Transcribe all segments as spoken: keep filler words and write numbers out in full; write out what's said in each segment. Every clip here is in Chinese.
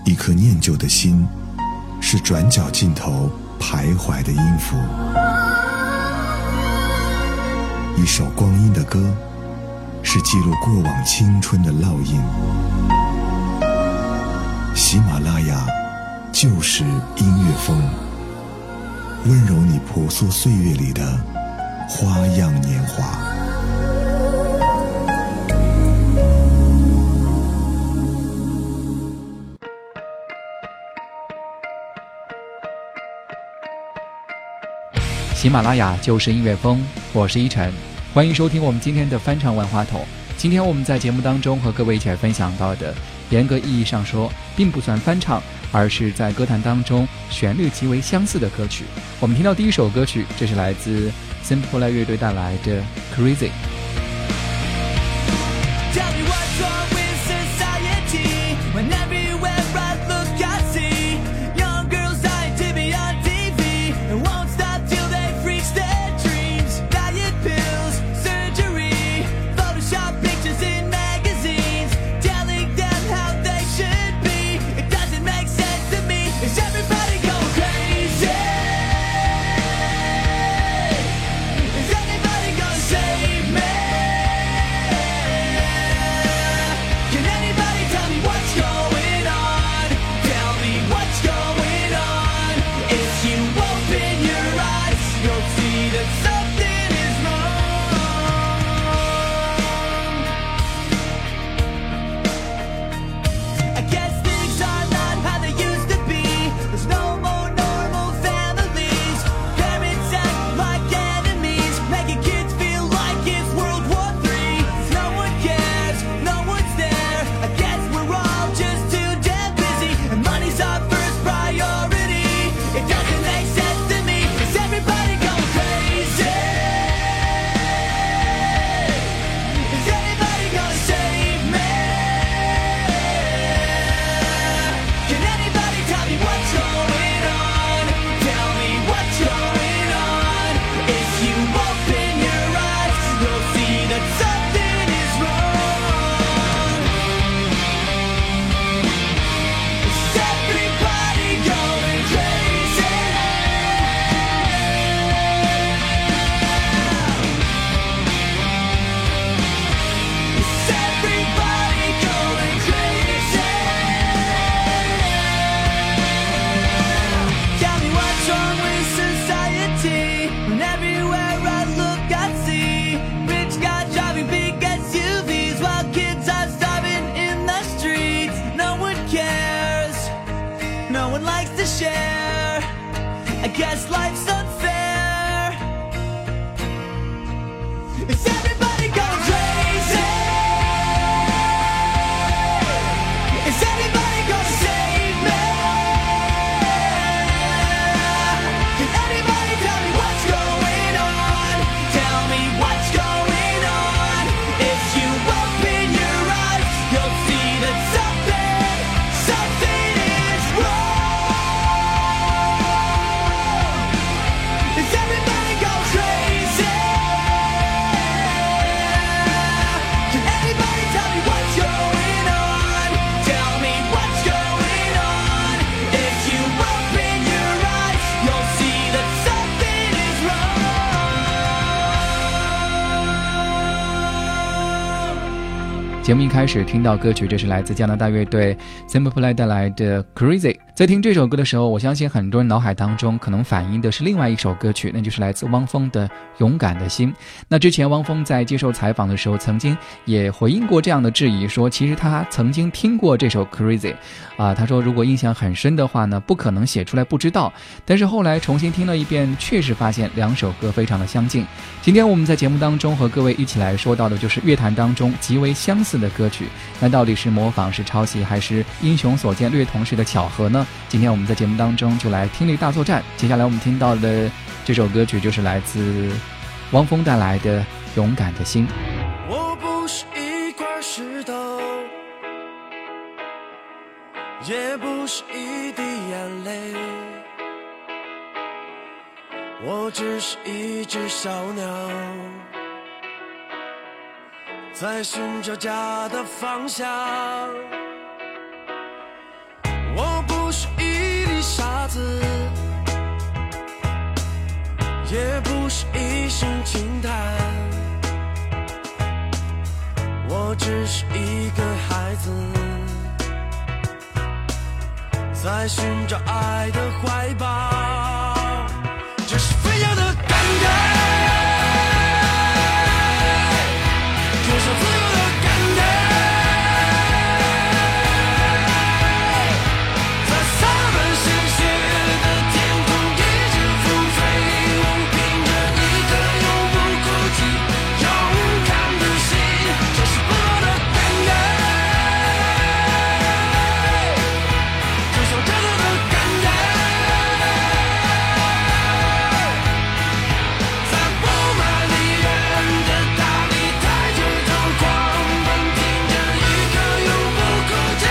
一颗念旧的心，是转角尽头徘徊的音符。一首光阴的歌，是记录过往青春的烙印。喜马拉雅就是音乐风，温柔你朴素岁月里的花样年华。 喜马拉雅就是音乐风，我是依晨，欢迎收听我们今天的翻唱万花筒。今天我们在节目当中和各位一起来分享到的，严格意义上说并不算翻唱，而是在歌坛当中旋律极为相似的歌曲。我们听到第一首歌曲，这是来自 Simple 乐队带来的 Crazy。 Tell me what's wrong with society when everywhere I look I see young girls dying to be on T V and won't stop till they've reached their dreams. Diet pills, surgery, Photoshop pictures in magazines, telling them how they should be. It doesn't make sense to me. Is everybody going crazy? Is anybody gonna save me? Can anybody tell me what's going on? Tell me what's going on. If you open your eyes, you'll see that something is wrong. I guess things are not how they used to be. There's no more normal families. Parents act like enemies, making kids feel like it's World War Three. No one cares, no one's there. I guess we're all just too damn busy, and money's our first priority. It doesn't make sense to me. Is everybody going crazy? Is anybody gonna save me? Can anybody tell me what's going on? Tell me what's going on. If you open your eyes, you'll see that something is wrong. Is everybody going crazy? Is everybody going crazy? Tell me what's wrong with society when everywhere I look I see rich guys driving big S U Vs while kids are starving in the streets. No one cares, no one likes to share. I guess life's unfair. Is everybody going crazy? Is anybody gonna save me? Can anybody tell me what's going on? Tell me what's going on. If you open your eyes, you'll see that something, something is wrong. Is everybody going crazy? Can anybody tell me what's going on? Tell me what's going on. If you open your eyes, you'll see that something is wrong. 节目一开始听到歌曲，这是来自加拿大乐队 Simple 带来的 Crazy。 在听这首歌的时候，我相信很多人脑海当中可能反映的是另外一首歌曲，那就是来自汪峰的勇敢的心。那之前汪峰在接受采访的时候曾经也回应过这样的质疑，说其实他曾经听过这首 Crazy 啊，他说如果印象很深的话呢，不可能写出来不知道，但是后来重新听了一遍，确实发现两首歌非常的相近。今天我们在节目当中和各位一起来说到的就是乐坛当中极为相似的歌曲，那到底是模仿，是抄袭，还是英雄所见略同时的巧合呢？今天我们在节目当中就来听力大作战。接下来我们听到的这首歌曲就是来自汪峰带来的勇敢的心。 我不是一块石头，也不是一滴眼泪，我只是一只小鸟，在寻找家的方向。我是一个孩子，在寻找爱的怀抱，这是飞翔的感觉，就像自由的感觉，在洒满鲜血的天空一直风飞舞，凭着一颗永不哭泣勇敢的心，这是不老的感觉，就像这样的感觉，在布满离人的大地带着头狂奔，听着一颗永不哭泣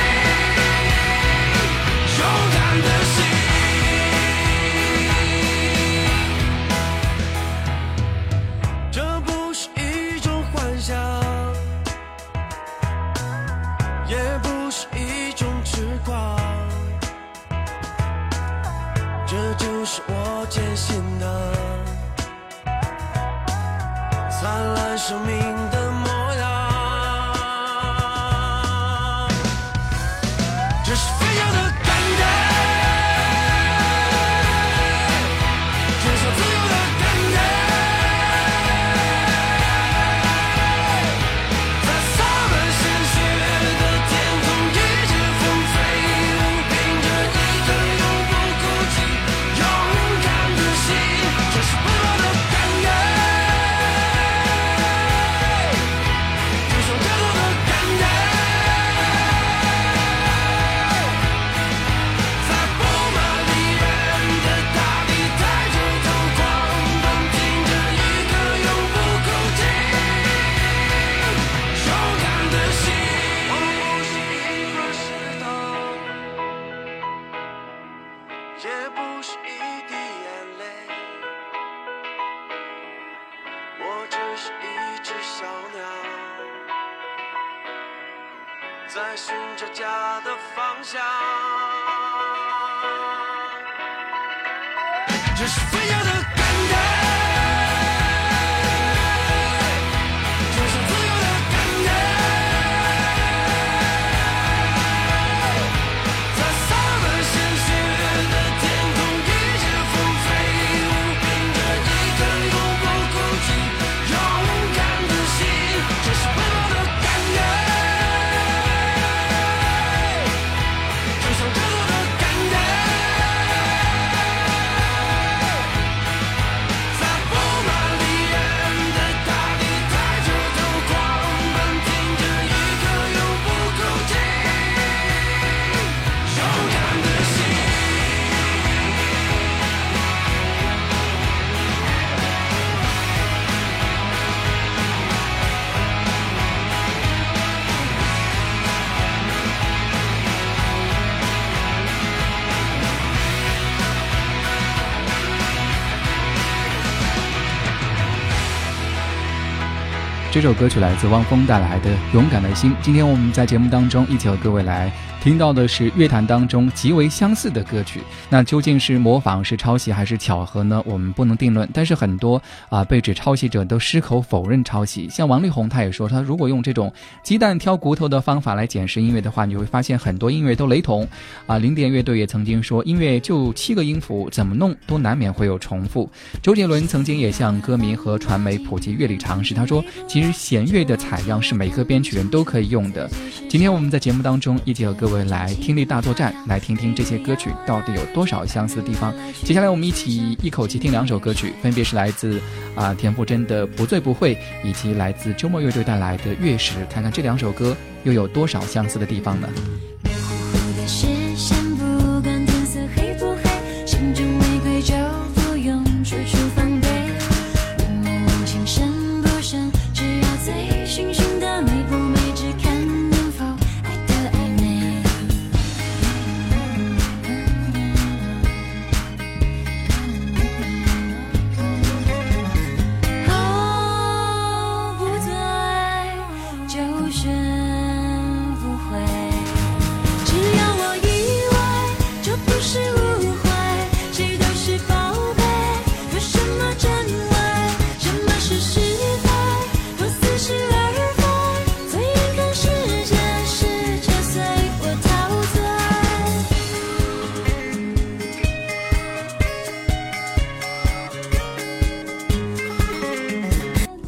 勇敢的心。这不是一种幻想，也不是一种痴狂，这就是我坚信的灿烂生命的模样，这是飞翔的感觉，就像自由的感觉，在洒满鲜血的天空一直风飞舞，凭着一颗永不哭泣勇敢的心，这是不老的感觉，就像这样的感觉，在布满离人的大地带着头狂奔，听着一颗永不哭泣勇敢的心。我不是一块石头，也不是一滴眼泪，我只是一只小鸟，在寻找家的方向，这是飞翔的感觉，就像自由的感觉，在洒满鲜血的天空一直风飞舞，凭着一颗永不哭泣勇敢的心，这是不老的感觉，就像这样的感觉，在布满离人的大地带着头狂奔，听着一颗永不哭泣勇敢的心。 这首歌曲来自汪峰带来的《勇敢的心》。今天我们在节目当中一起和各位来听到的是乐坛当中极为相似的歌曲，那究竟是模仿、是抄袭还是巧合呢？我们不能定论。但是很多啊、呃、被指抄袭者都矢口否认抄袭。像王力宏他也说，他如果用这种鸡蛋挑骨头的方法来检视音乐的话，你会发现很多音乐都雷同啊。零点乐队也曾经说，音乐就七个音符，怎么弄都难免会有重复。周杰伦曾经也向歌迷和传媒普及乐理常识，他说，其实弦乐的采样是每个编曲人都可以用的。今天我们在节目当中一起和各位来听力大作战，来听听这些歌曲到底有多少相似的地方。接下来我们一起一口气听两首歌曲，分别是来自啊、呃、田馥甄的《不醉不会》，以及来自周末乐队带来的《月食》，看看这两首歌又有多少相似的地方呢？ 模糊的视线，不管天色黑不黑，心中玫瑰就不用处处防备。梦梦情深不深，只要醉醺醺的美不美，只看能否爱的暧昧。哦，不醉就学不会，只要我一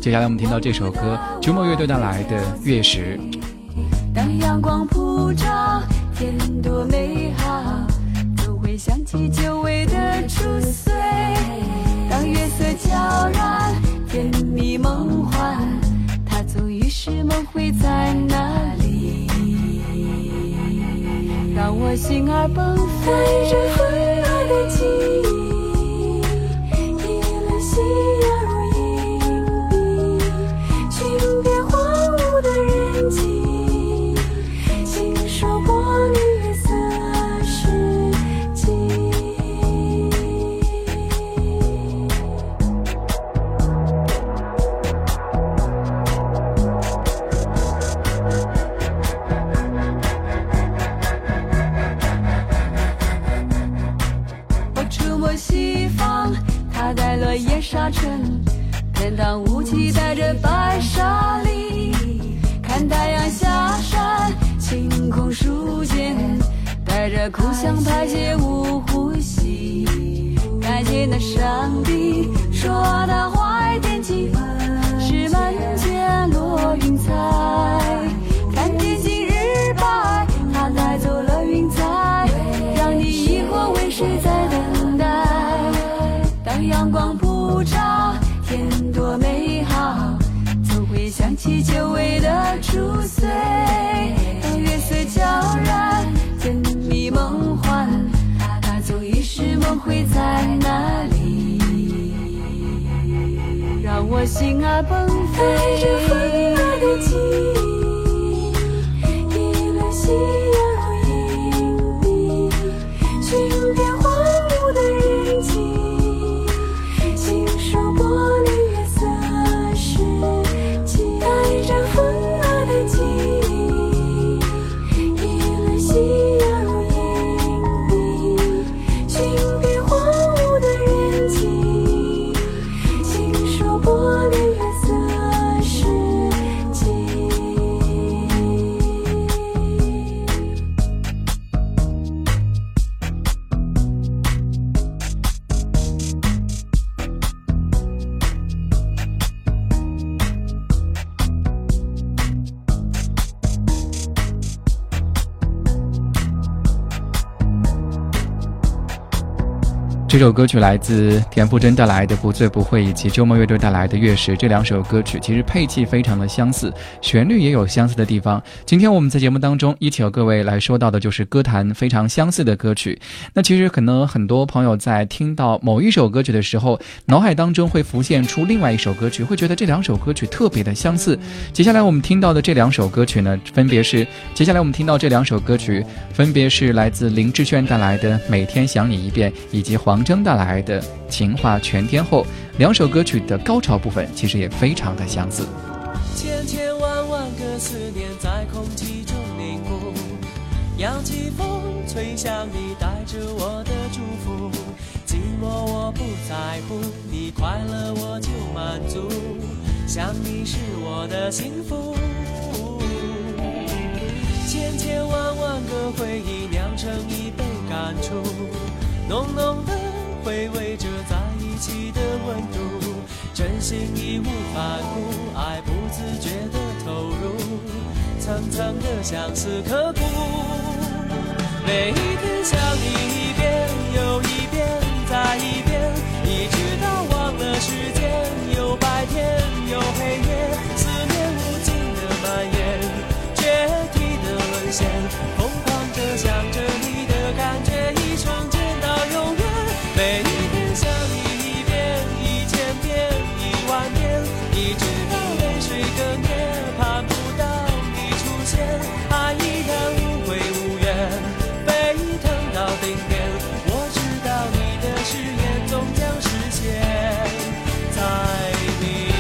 接下来我们听到这首歌，周末乐队带来的《月食》。 当阳光普照，天多美好，总会想起久违的初岁。当月色悄然，甜蜜梦幻，它总于是梦会在哪里？让我心儿奔飞，带着温暖的记忆，一轮夕阳如银币，寻遍荒芜的人迹，请说过绿月色世纪。我触摸西方，它带了烟沙尘，天堂雾气带着白沙砾，看太阳下山，晴空书简，带着苦香排解无呼吸。感谢那上帝说的坏天气是门前落云彩，看天晴日白，它带走了云彩，让你以后为谁在等待。当阳光普照，天多美好，总会想起久违的初岁。当月色悄然，甜蜜梦幻，它总于是梦会在哪里？让我心儿奔飞，带着温暖的记忆，一轮夕阳如银币，寻遍荒芜的人迹，请说过绿月色世纪。带着温暖的记忆，一轮夕阳如银币，寻遍荒芜的人迹，请说过绿月色世纪。 这首歌曲来自田馥甄带来的《不醉不会》，以及周末乐队带来的《月食》。这两首歌曲其实配器非常的相似，旋律也有相似的地方。今天我们在节目当中一起和各位来说到的就是歌坛非常相似的歌曲。那其实可能很多朋友在听到某一首歌曲的时候，脑海当中会浮现出另外一首歌曲，会觉得这两首歌曲特别的相似。接下来我们听到的这两首歌曲呢，分别是接下来我们听到这两首歌曲分别是来自林志炫带来的《每天想你一遍》，以及黄铮带来的《情话全天候》。两首歌曲的高潮部分其实也非常的相似。 千千万万个思念在空气中凝固，扬起风吹向你，带着我的祝福。寂寞我不在乎，你快乐我就满足，想你是我的幸福。千千万万个回忆酿成一杯感触，浓浓的回味着在一起的温度，真心义无反顾，爱不自觉的投入，层层的相思刻骨。每一天想你一遍又一遍再一遍，一直到忘了时间，有白天有黑夜，思念无尽的蔓延，决堤的沦陷，疯狂着想着你的感觉，一瞬间到永远。每一天想你一遍一千遍一万遍，一直到泪水哽咽，盼不到你出现，爱依然无悔无怨，沸腾到顶点。我知道你的誓言终将实现，在明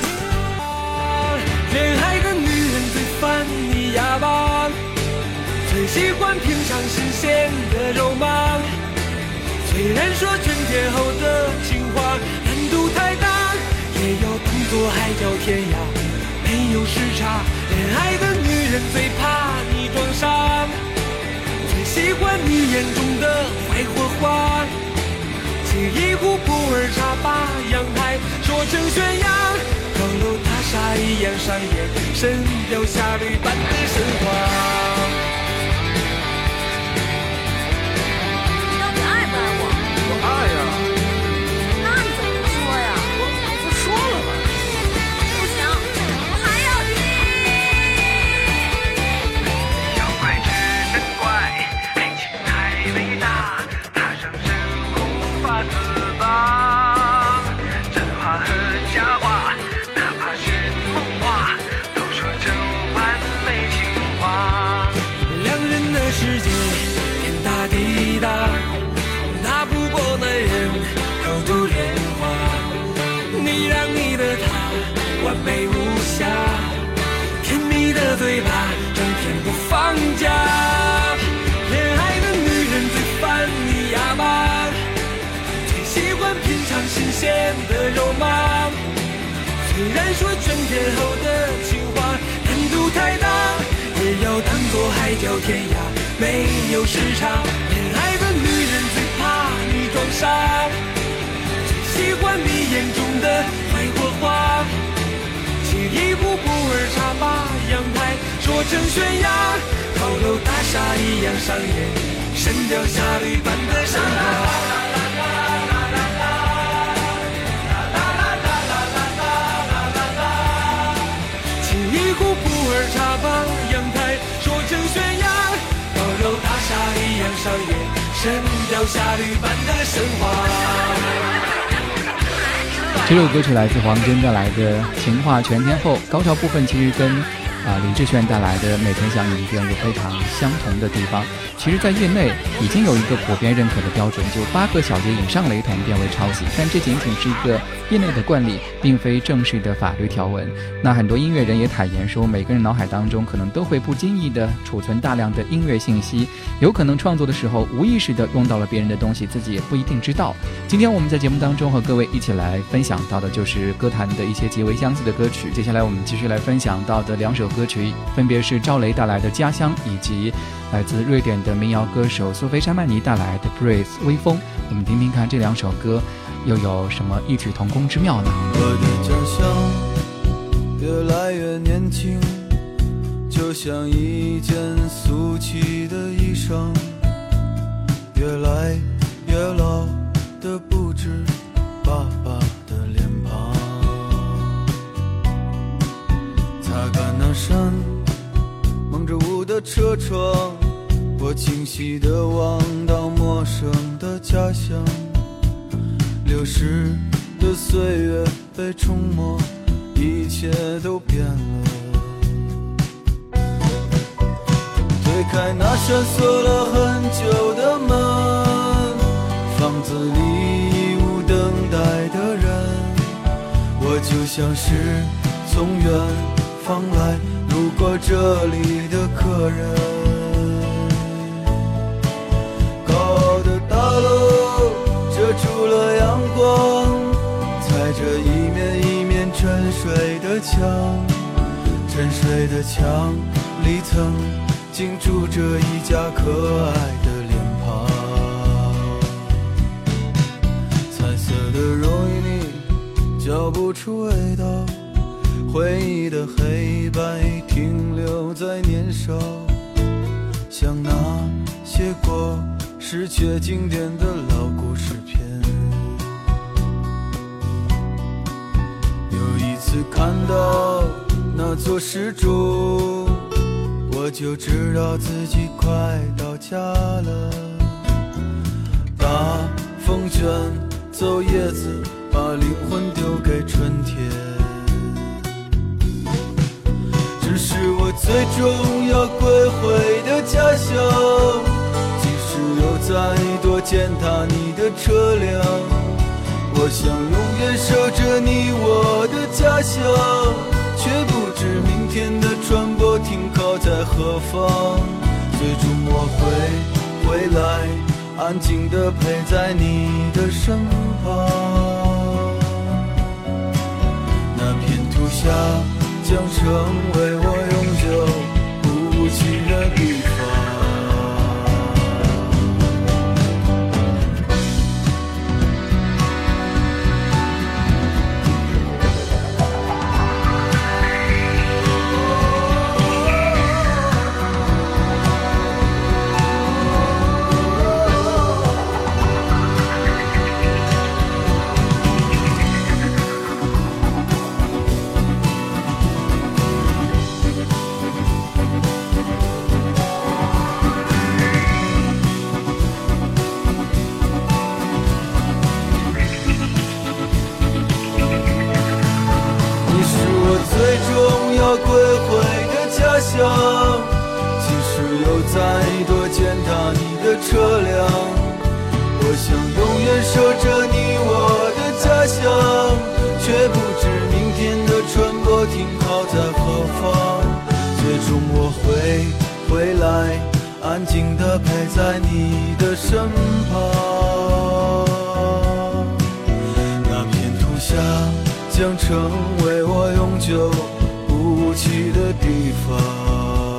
天。恋爱的女人最烦你哑巴，最喜欢品尝新鲜的肉麻。虽然说春天后的情话难度太大，也要当作海角天涯，没有时差。恋爱的女人最怕你装傻，最喜欢你眼中的坏火花。沏一壶普洱茶，把阳台说成悬崖，高楼沙一样上演，神雕侠侣般的神话。 你到底爱不爱我？ 我爱呀、啊， 那你怎么不说呀？ 我我说了吧。 不行，我还要听。 小怪只真怪，爱情太伟大，它让人无法自拔。真话和假话，哪怕是梦话，都说着完美情话。 两人的世界天大地大，打不过男人口吐莲花。你让你的他完美无瑕，甜蜜的嘴巴整天不放假。恋爱的女人最烦你哑巴，最喜欢品尝新鲜的肉麻。虽然说全天候的情话难度太大，也要当作海角天涯，没有时差。恋爱的女人最怕你装傻，最喜欢你眼中的坏火花。沏一壶普洱茶，把阳台说成悬崖，高楼大厦一样上演，神雕侠侣般的神话。茶把阳台说成悬崖，高楼大厦一样上演，神雕侠侣般的神话。 这首歌曲来自黄真带来的《情话全天候》，高潮部分其实跟啊、林志炫带来的《每天想你一遍》有非常相同的地方。其实在业内已经有一个普遍认可的标准，就八个小节以上雷同变为抄袭，但这仅仅是一个业内的惯例，并非正式的法律条文。那很多音乐人也坦言说，每个人脑海当中可能都会不经意的储存大量的音乐信息，有可能创作的时候无意识的用到了别人的东西，自己也不一定知道。今天我们在节目当中和各位一起来分享到的就是歌坛的一些极为相似的歌曲。接下来我们继续来分享到的两首歌曲，分别是赵雷带来的《家乡》，以及来自瑞典的民谣歌手苏菲·山曼尼带来的《Breeze》微风。我们听听看这两首歌又有什么异曲同工之妙呢？ 我的家乡越来越年轻，就像一件俗气的衣裳，越来越老的不止爸爸的脸庞。擦干那扇蒙着雾的车窗，我清晰地望到陌生的家乡。流逝的岁月被冲没，一切都变了。推开那扇锁了很久的门，房子里已无等待的人，我就像是从远方来路过这里的客人。高傲的大楼遮住了阳光，踩着一面一面沉睡的墙，沉睡的墙里曾经住着一家可爱的脸庞。彩色的容易你嚼不出味道，回忆的黑白停留在年少，像那些过时却经典的老故事片。有一次看到那座石柱，我就知道自己快到家了。大风卷走叶子，把灵魂丢给春天。这是我最终要归回的家乡，即使有再多践踏你的车辆，我想永远守着你我的家乡，却不知明天的船舶停靠在何方。最终我会回来，安静地陪在你的身旁。那片土下将成为我永久不弃的地方。 的车辆。我想永远守着你我的家乡，却不知明天的船舶停靠在何方。最终我会回来，安静地陪在你的身旁。那片土下将成为我永久不弃的地方。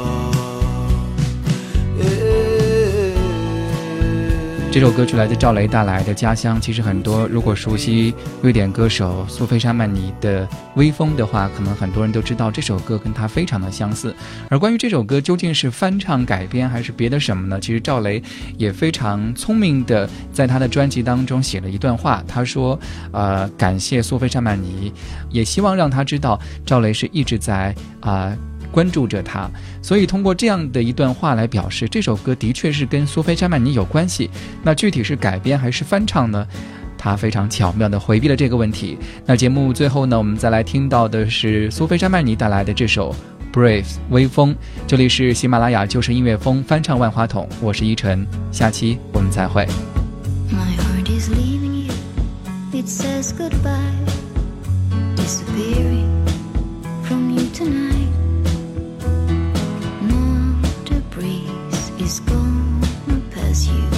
这首歌曲来自赵雷带来的《家乡》，其实很多如果熟悉瑞典歌手苏菲莎曼尼的《微风》的话，可能很多人都知道这首歌跟他非常的相似。而关于这首歌究竟是翻唱改编还是别的什么呢？其实赵雷也非常聪明的在他的专辑当中写了一段话，他说呃，感谢苏菲莎曼尼，也希望让他知道赵雷是一直在啊、呃关注着他，所以通过这样的一段话来表示这首歌的确是跟苏菲莎曼尼有关系。那具体是改编还是翻唱呢？他非常巧妙地回避了这个问题。那节目最后呢，我们再来听到的是苏菲莎曼尼带来的这首 Brave 微风。这里是喜马拉雅就是音乐风翻唱万花筒，我是依晨，下期我们再会。 My heart is leaving you, it says goodbye, disappearing from you tonight. Not a breeze is gonna pass you